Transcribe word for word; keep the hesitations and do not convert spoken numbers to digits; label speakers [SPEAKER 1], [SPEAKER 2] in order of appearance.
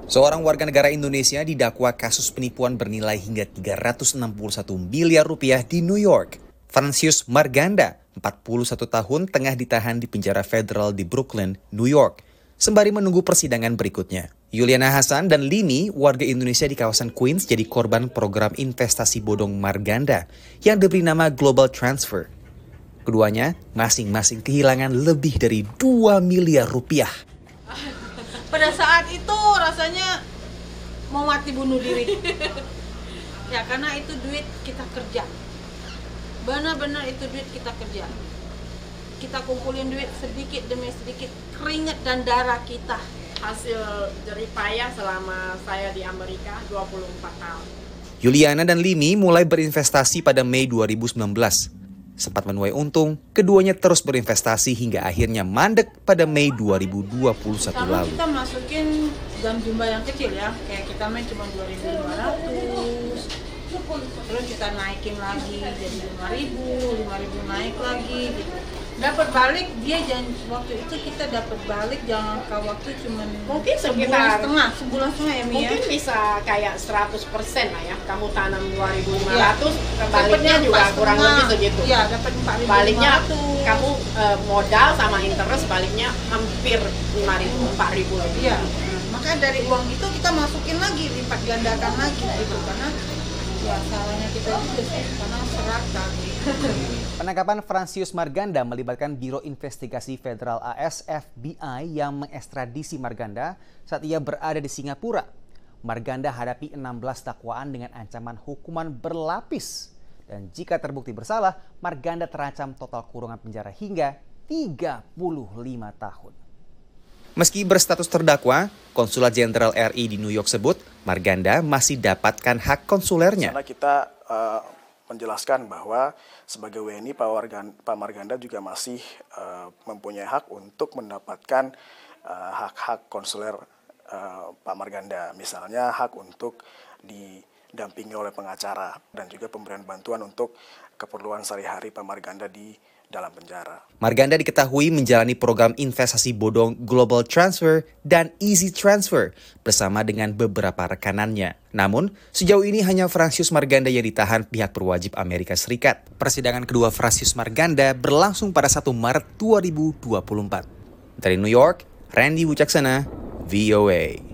[SPEAKER 1] Seorang warga negara Indonesia didakwa kasus penipuan bernilai hingga tiga ratus enam puluh satu miliar rupiah di New York. Francius Marganda, empat puluh satu tahun, tengah ditahan di penjara federal di Brooklyn, New York, sembari menunggu persidangan berikutnya. Yuliana Hasan dan Lini, warga Indonesia di kawasan Queens, jadi korban program investasi bodong Marganda yang diberi nama Global Transfer. Keduanya masing-masing kehilangan lebih dari dua miliar rupiah.
[SPEAKER 2] Pada saat itu rasanya mau mati bunuh diri. Ya karena itu duit kita kerja. Benar-benar itu duit kita kerja. Kita kumpulin duit sedikit demi sedikit, keringat dan darah kita.
[SPEAKER 3] Hasil jerih payah selama saya di Amerika dua puluh empat tahun.
[SPEAKER 1] Yuliana dan Lini mulai berinvestasi pada Mei dua ribu sembilan belas. Sempat menuai untung, keduanya terus berinvestasi hingga akhirnya mandek pada Mei dua ribu dua puluh satu
[SPEAKER 2] Kalau
[SPEAKER 1] lalu.
[SPEAKER 2] kita masukin dalam jumlah yang kecil ya, kayak kita main cuma dua ribu lima ratus, terus kita naikin lagi jadi lima ribu, lima ribu naik lagi gitu. Dapat balik dia jangan, waktu itu kita dapat balik jangka waktu cuma
[SPEAKER 3] mungkin
[SPEAKER 2] sebulan
[SPEAKER 3] sekitar
[SPEAKER 2] setengah, sebulan setengah ya Mi ya.
[SPEAKER 3] Mungkin bisa kayak seratus persen lah ya. Kamu tanam dua ribu lima ratus,
[SPEAKER 2] Ya.
[SPEAKER 3] baliknya juga kurang lebih segitu.
[SPEAKER 2] Iya, dapat empat ribu lima ratus.
[SPEAKER 3] Baliknya kamu uh, modal sama interest baliknya hampir lima ribu, empat ribu lebih.
[SPEAKER 2] Iya. Maka dari uang itu kita masukin lagi, lipat gandakan lagi gitu karena ya salahnya kita juga sih karena serakah.
[SPEAKER 1] Penangkapan Francius Marganda melibatkan Biro Investigasi Federal A S F B I yang mengekstradisi Marganda saat ia berada di Singapura. Marganda hadapi enam belas dakwaan dengan ancaman hukuman berlapis. Dan jika terbukti bersalah, Marganda terancam total kurungan penjara hingga tiga puluh lima tahun. Meski berstatus terdakwa, Konsulat Jenderal R I di New York sebut Marganda masih dapatkan hak konsulernya.
[SPEAKER 4] Karena kita uh, menjelaskan bahwa sebagai W N I Pak, Wargan, Pak Marganda juga masih uh, mempunyai hak untuk mendapatkan uh, hak-hak konsuler uh, Pak Marganda. Misalnya hak untuk didampingi oleh pengacara dan juga pemberian bantuan untuk keperluan sehari-hari Pak Marganda di dalam penjara.
[SPEAKER 1] Marganda diketahui menjalani program investasi bodong Global Transfer dan Easy Transfer bersama dengan beberapa rekanannya. Namun, sejauh ini hanya Francius Marganda yang ditahan pihak berwajib Amerika Serikat. Persidangan kedua Francius Marganda berlangsung pada satu Maret dua ribu dua puluh empat. Dari New York, Randy Wucaksana, V O A.